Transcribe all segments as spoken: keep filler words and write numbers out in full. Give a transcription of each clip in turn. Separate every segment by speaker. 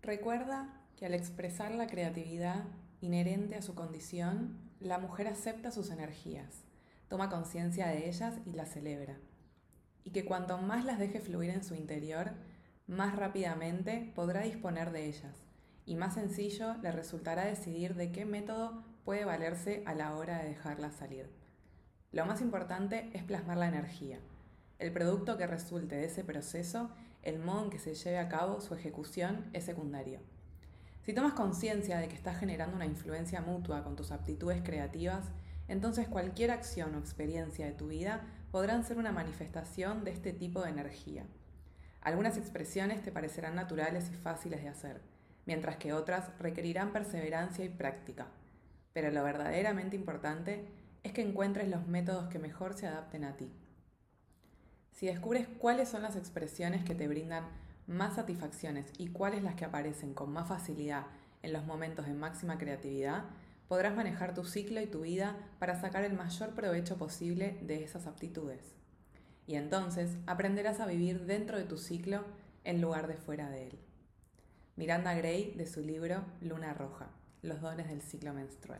Speaker 1: Recuerda que al expresar la creatividad inherente a su condición, la mujer acepta sus energías, toma conciencia de ellas y las celebra. Y que cuanto más las deje fluir en su interior, más rápidamente podrá disponer de ellas, y más sencillo le resultará decidir de qué método puede valerse a la hora de dejarlas salir. Lo más importante es plasmar la energía. El producto que resulte de ese proceso, el modo en que se lleve a cabo su ejecución, es secundario. Si tomas conciencia de que estás generando una influencia mutua con tus aptitudes creativas, entonces cualquier acción o experiencia de tu vida podrán ser una manifestación de este tipo de energía. Algunas expresiones te parecerán naturales y fáciles de hacer, mientras que otras requerirán perseverancia y práctica. Pero lo verdaderamente importante es que encuentres los métodos que mejor se adapten a ti. Si descubres cuáles son las expresiones que te brindan más satisfacciones y cuáles las que aparecen con más facilidad en los momentos de máxima creatividad, podrás manejar tu ciclo y tu vida para sacar el mayor provecho posible de esas aptitudes. Y entonces aprenderás a vivir dentro de tu ciclo en lugar de fuera de él. Miranda Gray, de su libro Luna Roja, los dones del ciclo menstrual.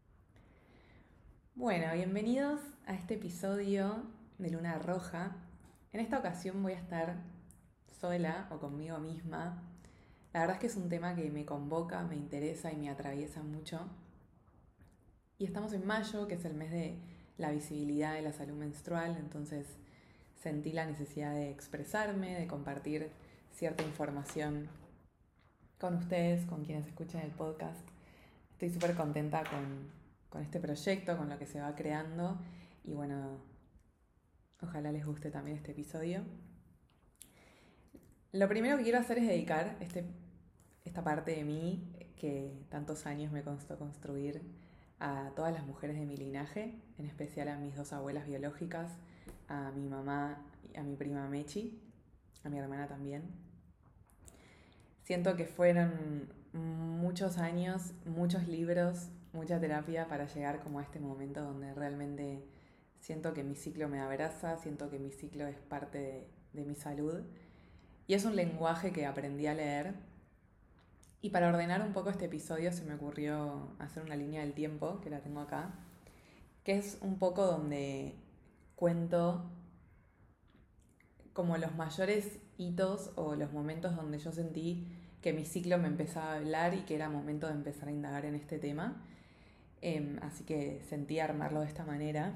Speaker 1: Bueno, bienvenidos a este episodio de Luna Roja. En esta ocasión voy a estar sola o conmigo misma. La verdad es que es un tema que me convoca, me interesa y me atraviesa mucho. Y estamos en mayo, que es el mes de la visibilidad de la salud menstrual, entonces sentí la necesidad de expresarme, de compartir cierta información con ustedes, con quienes escuchan el podcast. Estoy súper contenta con, con este proyecto, con lo que se va creando y bueno, ojalá les guste también este episodio. Lo primero que quiero hacer es dedicar este, esta parte de mí que tantos años me costó construir a todas las mujeres de mi linaje, en especial a mis dos abuelas biológicas, a mi mamá y a mi prima Mechi, a mi hermana también. Siento que fueron muchos años, muchos libros, mucha terapia para llegar como a este momento donde realmente siento que mi ciclo me abraza, siento que mi ciclo es parte de, de mi salud. Y es un lenguaje que aprendí a leer. Y para ordenar un poco este episodio se me ocurrió hacer una línea del tiempo, que la tengo acá, que es un poco donde cuento como los mayores hitos o los momentos donde yo sentí que mi ciclo me empezaba a hablar y que era momento de empezar a indagar en este tema. Eh, así que sentí armarlo de esta manera.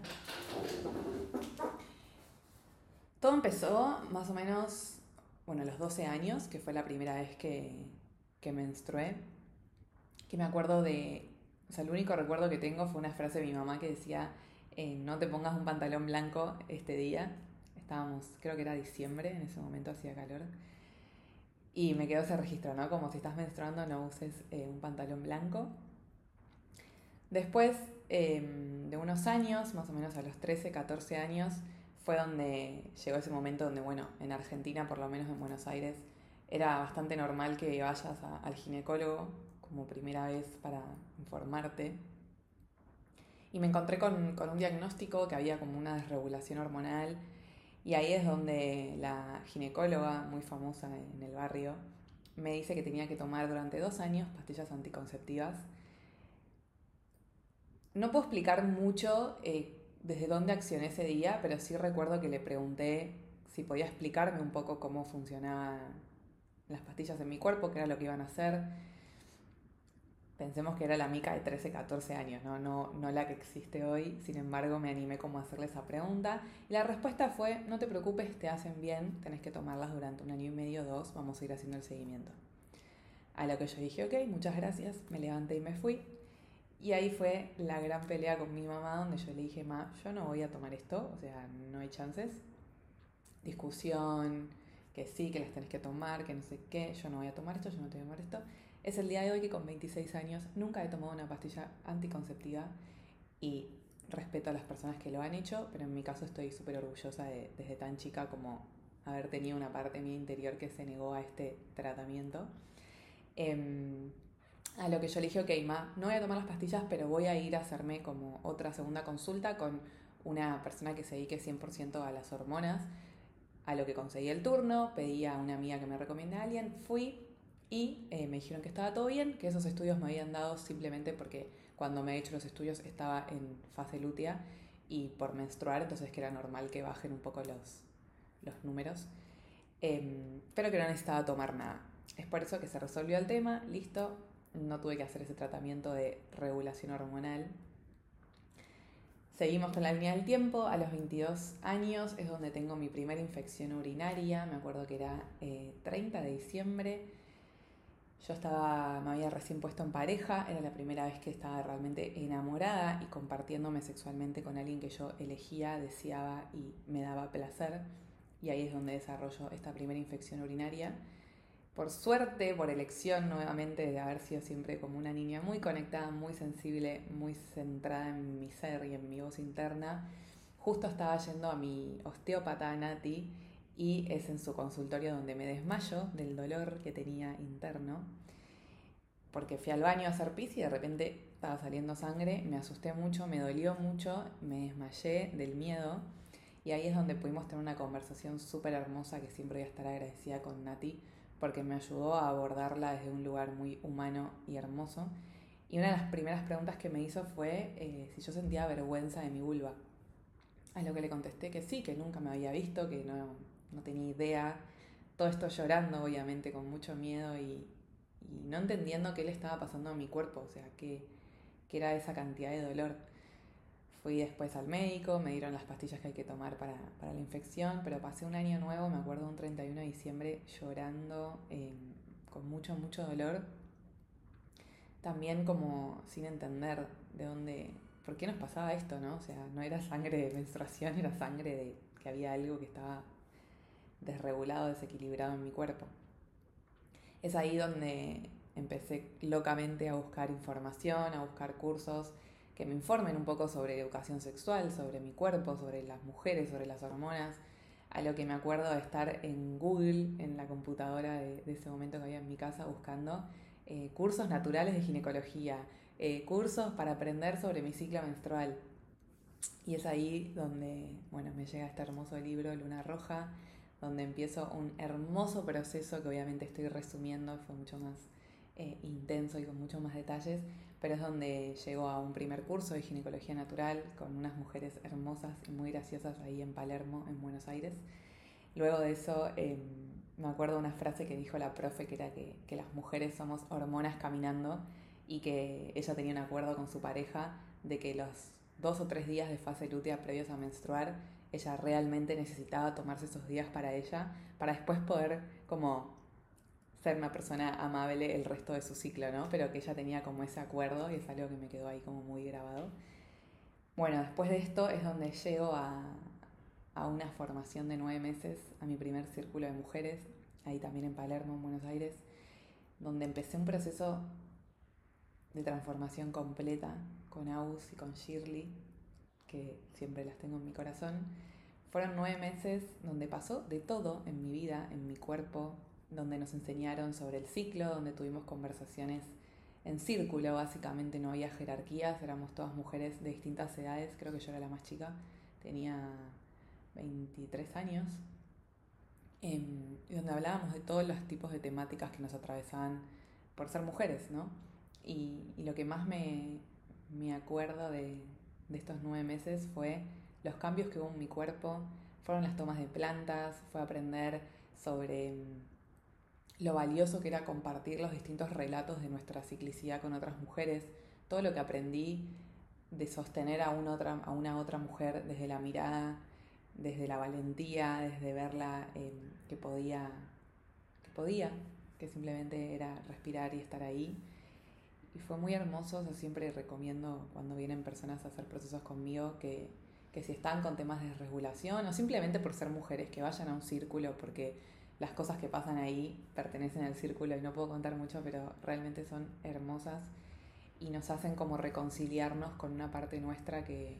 Speaker 1: Todo empezó más o menos, bueno, a los doce años, que fue la primera vez que, que menstrué. Que me acuerdo de, o sea, el único recuerdo que tengo fue una frase de mi mamá que decía, eh, no te pongas un pantalón blanco este día. Estábamos, creo que era diciembre, en ese momento hacía calor. Y me quedó ese registro, ¿no? Como si estás menstruando no uses eh, un pantalón blanco. Después eh, de unos años, más o menos a los trece, catorce años, fue donde llegó ese momento donde, bueno, en Argentina, por lo menos en Buenos Aires, era bastante normal que vayas a, al ginecólogo como primera vez para informarte. Y me encontré con, con un diagnóstico que había como una desregulación hormonal. Y ahí es donde la ginecóloga, muy famosa en el barrio, me dice que tenía que tomar durante dos años pastillas anticonceptivas. No puedo explicar mucho eh, desde dónde accioné ese día, pero sí recuerdo que le pregunté si podía explicarme un poco cómo funcionaban las pastillas en mi cuerpo, qué era lo que iban a hacer. Pensemos que era la Mica de trece, catorce años, ¿no? No, no la que existe hoy. Sin embargo, me animé como a hacerle esa pregunta. Y la respuesta fue, no te preocupes, te hacen bien, tenés que tomarlas durante un año y medio, dos, vamos a ir haciendo el seguimiento. A lo que yo dije, ok, muchas gracias, me levanté y me fui. Y ahí fue la gran pelea con mi mamá, donde yo le dije, ma, yo no voy a tomar esto, o sea, no hay chances. Discusión, que sí, que las tenés que tomar, que no sé qué, yo no voy a tomar esto, yo no te voy a tomar esto. Es el día de hoy que con veintiséis años nunca he tomado una pastilla anticonceptiva y respeto a las personas que lo han hecho, pero en mi caso estoy súper orgullosa de, desde tan chica como haber tenido una parte de mi interior que se negó a este tratamiento. Eh, a lo que yo le dije, ok, ma, no voy a tomar las pastillas, pero voy a ir a hacerme como otra segunda consulta con una persona que se dedique cien por ciento a las hormonas. A lo que conseguí el turno, pedí a una amiga que me recomienda a alguien, fui. Y eh, me dijeron que estaba todo bien, que esos estudios me habían dado simplemente porque cuando me he hecho los estudios estaba en fase lútea y por menstruar, entonces que era normal que bajen un poco los, los números, eh, pero que no necesitaba tomar nada. Es por eso que se resolvió el tema, listo, no tuve que hacer ese tratamiento de regulación hormonal. Seguimos con la línea del tiempo, a los veintidós años es donde tengo mi primera infección urinaria, me acuerdo que era eh, treinta de diciembre. Yo estaba, me había recién puesto en pareja, era la primera vez que estaba realmente enamorada y compartiéndome sexualmente con alguien que yo elegía, deseaba y me daba placer. Y ahí es donde desarrollo esta primera infección urinaria. Por suerte, por elección nuevamente de haber sido siempre como una niña muy conectada, muy sensible, muy centrada en mi ser y en mi voz interna, justo estaba yendo a mi osteópata Nati y es en su consultorio donde me desmayo del dolor que tenía interno, porque fui al baño a hacer pis y de repente estaba saliendo sangre, me asusté mucho, me dolió mucho, me desmayé del miedo y ahí es donde pudimos tener una conversación súper hermosa que siempre voy a estar agradecida con Nati porque me ayudó a abordarla desde un lugar muy humano y hermoso. Y una de las primeras preguntas que me hizo fue eh, si yo sentía vergüenza de mi vulva. A lo que le contesté que sí, que nunca me había visto, que no, no tenía idea. Todo esto llorando, obviamente, con mucho miedo y, y no entendiendo qué le estaba pasando a mi cuerpo, o sea, qué, qué era esa cantidad de dolor. Fui después al médico, me dieron las pastillas que hay que tomar para, para la infección, pero pasé un año nuevo, me acuerdo un treinta y uno de diciembre, llorando eh, con mucho, mucho dolor. También como sin entender de dónde, por qué nos pasaba esto, ¿no? O sea, no era sangre de menstruación, era sangre de que había algo que estaba desregulado, desequilibrado en mi cuerpo. Es ahí donde empecé locamente a buscar información, a buscar cursos que me informen un poco sobre educación sexual, sobre mi cuerpo, sobre las mujeres, sobre las hormonas. A lo que me acuerdo de estar en Google, en la computadora de, de ese momento que había en mi casa, buscando eh, cursos naturales de ginecología, eh, cursos para aprender sobre mi ciclo menstrual. Y es ahí donde, bueno, me llega este hermoso libro, Luna Roja, donde empiezo un hermoso proceso que obviamente estoy resumiendo, fue mucho más eh, intenso y con muchos más detalles, pero es donde llego a un primer curso de ginecología natural con unas mujeres hermosas y muy graciosas ahí en Palermo, en Buenos Aires. Luego de eso eh, me acuerdo una frase que dijo la profe que era que, que las mujeres somos hormonas caminando y que ella tenía un acuerdo con su pareja de que los dos o tres días de fase lútea previos a menstruar ella realmente necesitaba tomarse esos días para ella, para después poder como ser una persona amable el resto de su ciclo, ¿no? Pero que ella tenía como ese acuerdo y es algo que me quedó ahí como muy grabado. Bueno, después de esto es donde llego a, a una formación de nueve meses, a mi primer círculo de mujeres, ahí también en Palermo, en Buenos Aires, donde empecé un proceso de transformación completa con Aus y con Shirley, que siempre las tengo en mi corazón. Fueron nueve meses donde pasó de todo en mi vida, en mi cuerpo, donde nos enseñaron sobre el ciclo, donde tuvimos conversaciones en círculo, básicamente no había jerarquías, éramos todas mujeres de distintas edades, creo que yo era la más chica, tenía veintitrés años, eh, y donde hablábamos de todos los tipos de temáticas que nos atravesaban por ser mujeres, ¿no? Y, y lo que más me, me acuerdo de, de estos nueve meses fue los cambios que hubo en mi cuerpo, fueron las tomas de plantas, fue aprender sobre lo valioso que era compartir los distintos relatos de nuestra ciclicidad con otras mujeres, todo lo que aprendí de sostener a una otra, a una otra mujer desde la mirada, desde la valentía, desde verla eh, que podía, que podía, que simplemente era respirar y estar ahí. Y fue muy hermoso, yo siempre recomiendo cuando vienen personas a hacer procesos conmigo que, que si están con temas de desregulación o simplemente por ser mujeres, que vayan a un círculo porque las cosas que pasan ahí pertenecen al círculo y no puedo contar mucho, pero realmente son hermosas y nos hacen como reconciliarnos con una parte nuestra que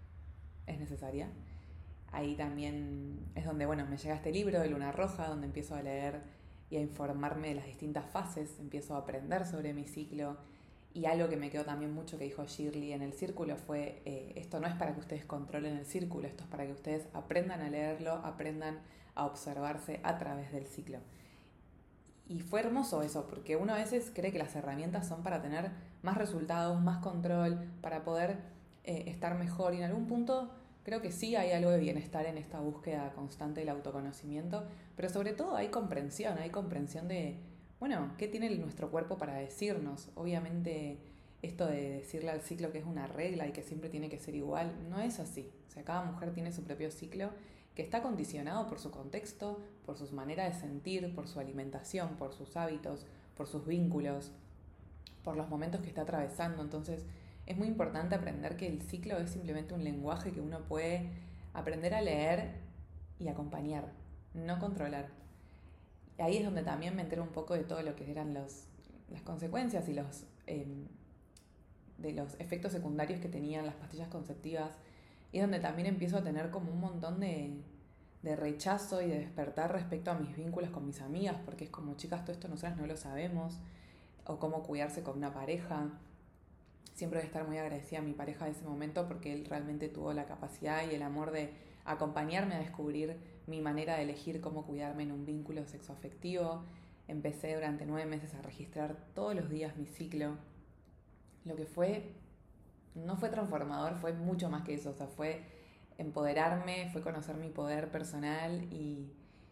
Speaker 1: es necesaria. Ahí también es donde, bueno, me llega este libro de Luna Roja, donde empiezo a leer y a informarme de las distintas fases, empiezo a aprender sobre mi ciclo. Y algo que me quedó también mucho que dijo Shirley en el círculo fue, eh, esto no es para que ustedes controlen el círculo, esto es para que ustedes aprendan a leerlo, aprendan a observarse a través del ciclo. y fue hermoso eso, porque uno a veces cree que las herramientas son para tener más resultados, más control, para poder eh, estar mejor. Y en algún punto creo que sí hay algo de bienestar en esta búsqueda constante del autoconocimiento, pero sobre todo hay comprensión, hay comprensión de, bueno, ¿qué tiene nuestro cuerpo para decirnos? Obviamente esto de decirle al ciclo que es una regla y que siempre tiene que ser igual, no es así. O sea, cada mujer tiene su propio ciclo que está condicionado por su contexto, por sus maneras de sentir, por su alimentación, por sus hábitos, por sus vínculos, por los momentos que está atravesando. Entonces es muy importante aprender que el ciclo es simplemente un lenguaje que uno puede aprender a leer y acompañar, no controlar. Y ahí es donde también me entero un poco de todo lo que eran los, las consecuencias y los, eh, de los efectos secundarios que tenían las pastillas conceptivas. Y es donde también empiezo a tener como un montón de, de rechazo y de despertar respecto a mis vínculos con mis amigas, porque es como, chicas, todo esto nosotras no lo sabemos, o cómo cuidarse con una pareja. Siempre voy a estar muy agradecida a mi pareja de ese momento porque él realmente tuvo la capacidad y el amor de acompañarme a descubrir mi manera de elegir cómo cuidarme en un vínculo sexoafectivo. Empecé durante nueve meses a registrar todos los días mi ciclo, lo que fue, no fue transformador, fue mucho más que eso, o sea, fue empoderarme, fue conocer mi poder personal y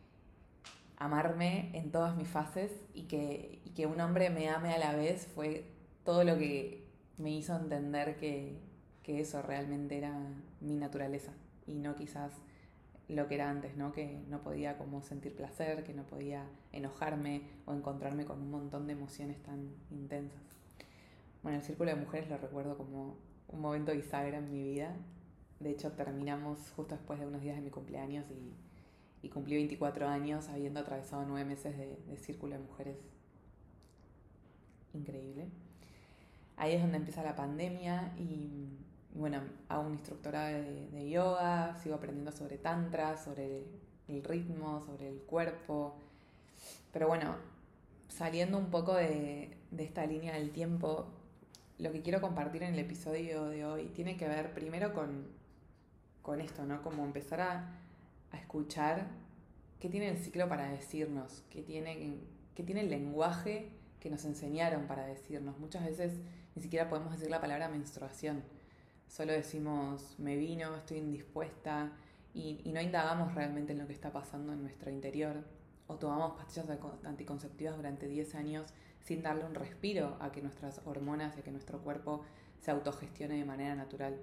Speaker 1: amarme en todas mis fases y que, y que un hombre me ame a la vez fue todo lo que me hizo entender que, que eso realmente era mi naturaleza y no quizás lo que era antes, ¿no? Que no podía como sentir placer, que no podía enojarme o encontrarme con un montón de emociones tan intensas. Bueno, el Círculo de Mujeres lo recuerdo como un momento bisagra en mi vida. De hecho, terminamos justo después de unos días de mi cumpleaños y, y cumplí veinticuatro años habiendo atravesado nueve meses de, de Círculo de Mujeres. Increíble. Ahí es donde empieza la pandemia y, y bueno, hago una instructora de, de yoga, sigo aprendiendo sobre tantra, sobre el ritmo, sobre el cuerpo. Pero bueno, saliendo un poco de, de esta línea del tiempo, lo que quiero compartir en el episodio de hoy tiene que ver primero con, con esto, ¿no? Como empezar a, a escuchar qué tiene el ciclo para decirnos, qué tiene, qué tiene el lenguaje que nos enseñaron para decirnos. Muchas veces ni siquiera podemos decir la palabra menstruación, solo decimos me vino, estoy indispuesta y, y no indagamos realmente en lo que está pasando en nuestro interior o tomamos pastillas anticonceptivas durante diez años sin darle un respiro a que nuestras hormonas y a que nuestro cuerpo se autogestione de manera natural.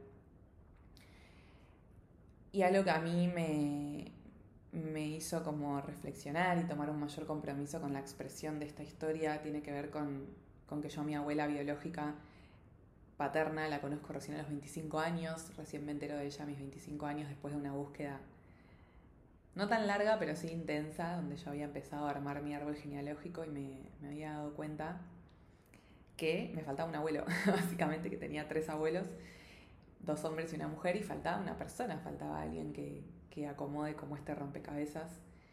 Speaker 1: Y algo que a mí me, me hizo como reflexionar y tomar un mayor compromiso con la expresión de esta historia tiene que ver con, con que yo a mi abuela biológica paterna la conozco recién a los veinticinco años, recién me entero de ella a mis veinticinco años después de una búsqueda no tan larga, pero sí intensa, donde yo había empezado a armar mi árbol genealógico y me, me había dado cuenta que me faltaba un abuelo, básicamente que tenía tres abuelos, dos hombres y una mujer, y faltaba una persona, faltaba alguien que, que acomode como este rompecabezas.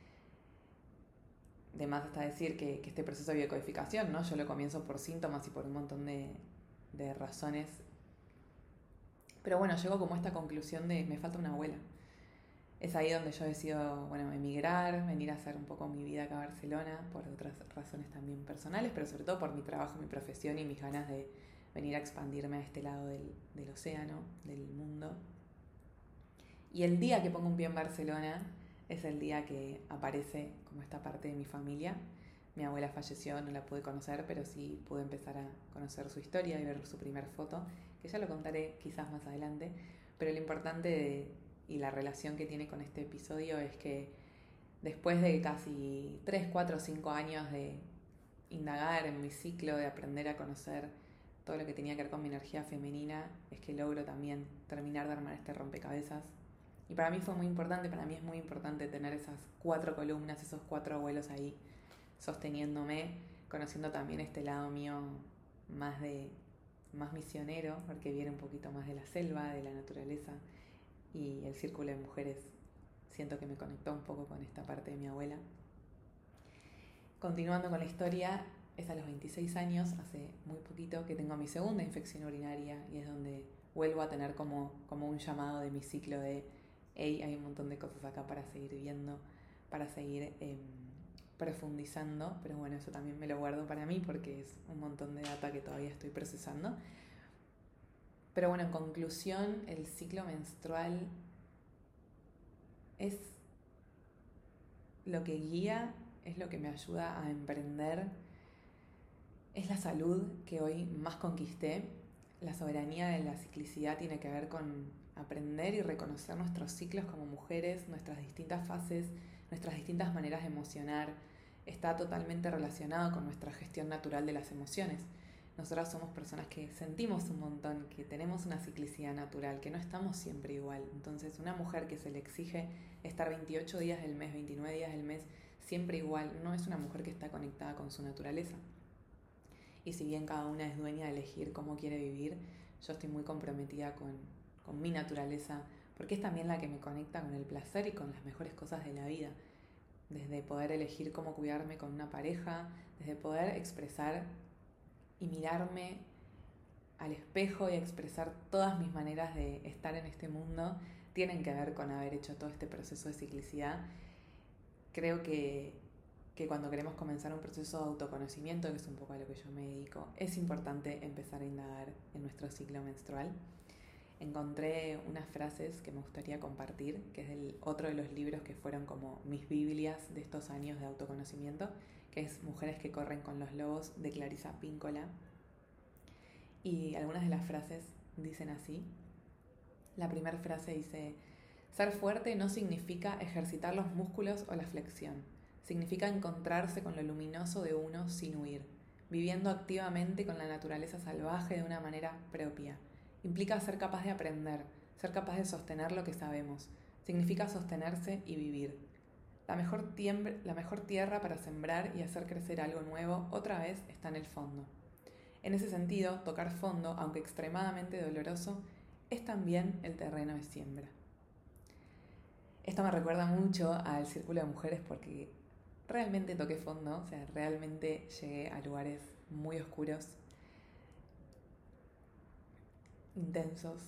Speaker 1: De más está decir que, que este proceso de biocodificación, ¿no? Yo lo comienzo por síntomas y por un montón de, de razones. Pero bueno, llego como a esta conclusión de me falta una abuela. Es ahí donde yo decido, bueno, emigrar, venir a hacer un poco mi vida acá a Barcelona, por otras razones también personales, pero sobre todo por mi trabajo, mi profesión y mis ganas de venir a expandirme a este lado del, del océano, del mundo. Y el día que pongo un pie en Barcelona es el día que aparece como esta parte de mi familia. Mi abuela falleció, no la pude conocer, pero sí pude empezar a conocer su historia y ver su primer foto, que ya lo contaré quizás más adelante, pero lo importante de y la relación que tiene con este episodio es que después de casi tres, cuatro, cinco años de indagar en mi ciclo, de aprender a conocer todo lo que tenía que ver con mi energía femenina, es que logro también terminar de armar este rompecabezas. Y para mí fue muy importante, para mí es muy importante tener esas cuatro columnas, esos cuatro abuelos ahí sosteniéndome, conociendo también este lado mío más de más misionero, porque viene un poquito más de la selva, de la naturaleza. Y el Círculo de Mujeres siento que me conectó un poco con esta parte de mi abuela. Continuando con la historia, es a los veintiséis años, hace muy poquito, que tengo mi segunda infección urinaria y es donde vuelvo a tener como, como un llamado de mi ciclo de hey, hay un montón de cosas acá para seguir viendo, para seguir eh, profundizando, pero bueno, eso también me lo guardo para mí porque es un montón de data que todavía estoy procesando. Pero bueno, en conclusión, el ciclo menstrual es lo que guía, es lo que me ayuda a emprender, es la salud que hoy más conquisté. La soberanía de la ciclicidad tiene que ver con aprender y reconocer nuestros ciclos como mujeres, nuestras distintas fases, nuestras distintas maneras de emocionar. Está totalmente relacionado con nuestra gestión natural de las emociones. Nosotras somos personas que sentimos un montón, que tenemos una ciclicidad natural, que no estamos siempre igual. Entonces, una mujer que se le exige estar veintiocho días del mes, veintinueve días del mes, siempre igual, no es una mujer que está conectada con su naturaleza. Y si bien cada una es dueña de elegir cómo quiere vivir, yo estoy muy comprometida con, con mi naturaleza, porque es también la que me conecta con el placer y con las mejores cosas de la vida. Desde poder elegir cómo cuidarme con una pareja, desde poder expresar y mirarme al espejo y expresar todas mis maneras de estar en este mundo, tienen que ver con haber hecho todo este proceso de ciclicidad. Creo que, que cuando queremos comenzar un proceso de autoconocimiento, que es un poco a lo que yo me dedico, es importante empezar a indagar en nuestro ciclo menstrual. Encontré unas frases que me gustaría compartir, que es del otro de los libros que fueron como mis biblias de estos años de autoconocimiento, que es Mujeres que corren con los lobos, de Clarisa Píncola. Y algunas de las frases dicen así. La primera frase dice: ser fuerte no significa ejercitar los músculos o la flexión. Significa encontrarse con lo luminoso de uno sin huir, viviendo activamente con la naturaleza salvaje de una manera propia. Implica ser capaz de aprender, ser capaz de sostener lo que sabemos. Significa sostenerse y vivir. La mejor, tiembre, la mejor tierra para sembrar y hacer crecer algo nuevo otra vez está en el fondo. En ese sentido, tocar fondo, aunque extremadamente doloroso, es también el terreno de siembra. Esto me recuerda mucho al Círculo de Mujeres porque realmente toqué fondo, o sea, realmente llegué a lugares muy oscuros, intensos,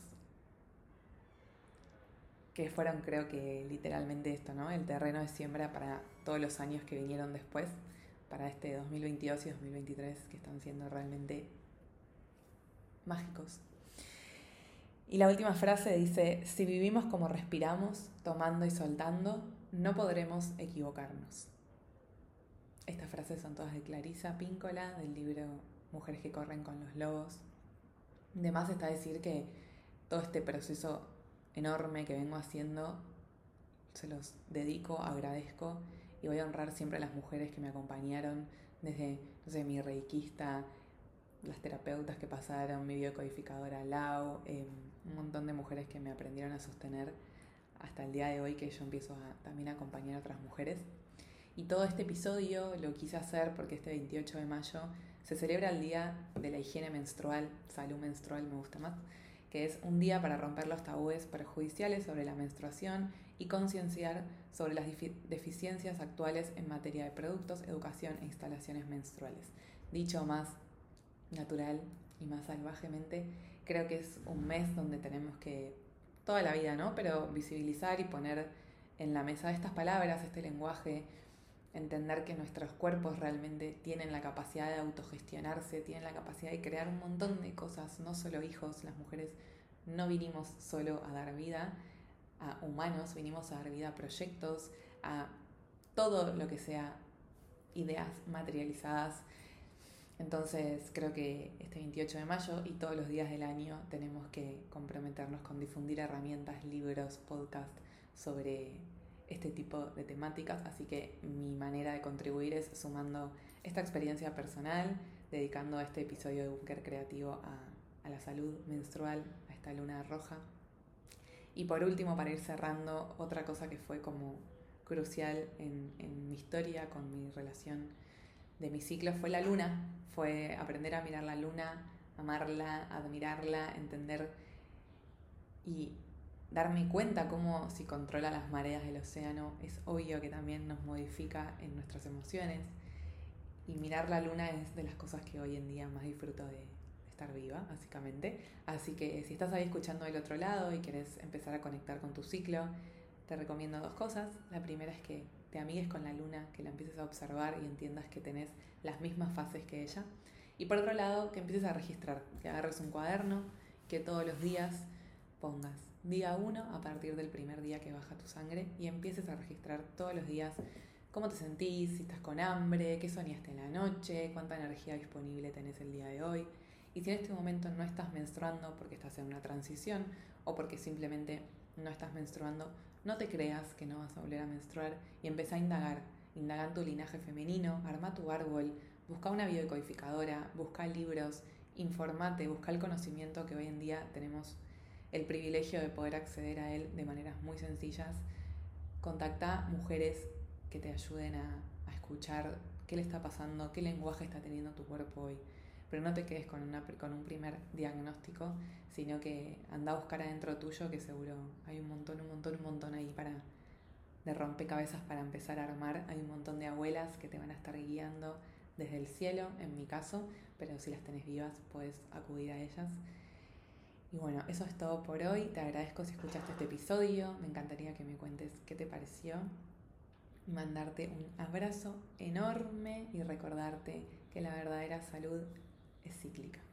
Speaker 1: que fueron, creo que literalmente esto, ¿no? El terreno de siembra para todos los años que vinieron después, para este dos mil veintidós y dos mil veintitrés, que están siendo realmente mágicos. Y la última frase dice: si vivimos como respiramos, tomando y soltando, no podremos equivocarnos. Estas frases son todas de Clarisa Píncola, del libro Mujeres que corren con los lobos. De más está decir que todo este proceso enorme que vengo haciendo se los dedico, agradezco y voy a honrar siempre a las mujeres que me acompañaron, desde, no sé, mi reikista, las terapeutas que pasaron, mi biocodificadora Lau, eh, un montón de mujeres que me aprendieron a sostener hasta el día de hoy, que yo empiezo a también a acompañar a otras mujeres. Y todo este episodio lo quise hacer porque este veintiocho de mayo se celebra el Día de la Higiene Menstrual, Salud Menstrual me gusta más, que es un día para romper los tabúes perjudiciales sobre la menstruación y concienciar sobre las deficiencias actuales en materia de productos, educación e instalaciones menstruales. Dicho más natural y más salvajemente, creo que es un mes donde tenemos que, toda la vida, ¿no? Pero visibilizar y poner en la mesa estas palabras, este lenguaje, entender que nuestros cuerpos realmente tienen la capacidad de autogestionarse, tienen la capacidad de crear un montón de cosas, no solo hijos. Las mujeres no vinimos solo a dar vida a humanos, vinimos a dar vida a proyectos, a todo lo que sea ideas materializadas. Entonces creo que este veintiocho de mayo y todos los días del año tenemos que comprometernos con difundir herramientas, libros, podcasts sobre este tipo de temáticas, así que mi manera de contribuir es sumando esta experiencia personal, dedicando este episodio de Búnker Creativo a, a la salud menstrual, a esta luna roja. Y por último, para ir cerrando, otra cosa que fue como crucial en, en mi historia con mi relación de mi ciclo fue la luna, fue aprender a mirar la luna, amarla, admirarla, entender y darme cuenta cómo si controla las mareas del océano, es obvio que también nos modifica en nuestras emociones. Y mirar la luna es de las cosas que hoy en día más disfruto de estar viva, básicamente. Así que si estás ahí escuchando del otro lado y querés empezar a conectar con tu ciclo, te recomiendo dos cosas. La primera es que te amigues con la luna, que la empieces a observar y entiendas que tenés las mismas fases que ella. Y por otro lado, que empieces a registrar, que agarres un cuaderno, que todos los días pongas día uno a partir del primer día que baja tu sangre y empieces a registrar todos los días cómo te sentís, si estás con hambre, qué soñaste en la noche, cuánta energía disponible tenés el día de hoy. Y si en este momento no estás menstruando porque estás en una transición o porque simplemente no estás menstruando, no te creas que no vas a volver a menstruar y empezá a indagar. Indaga en tu linaje femenino, arma tu árbol, busca una biodecodificadora, busca libros, informate, busca el conocimiento que hoy en día tenemos el privilegio de poder acceder a él de maneras muy sencillas. Contacta mujeres que te ayuden a, a escuchar qué le está pasando, qué lenguaje está teniendo tu cuerpo hoy. Pero no te quedes con, una, con un primer diagnóstico, sino que anda a buscar adentro tuyo, que seguro hay un montón, un montón, un montón ahí para, de rompecabezas para empezar a armar. Hay un montón de abuelas que te van a estar guiando desde el cielo, en mi caso, pero si las tenés vivas puedes acudir a ellas. Y bueno, eso es todo por hoy. Te agradezco si escuchaste este episodio. Me encantaría que me cuentes qué te pareció. Mandarte un abrazo enorme y recordarte que la verdadera salud es cíclica.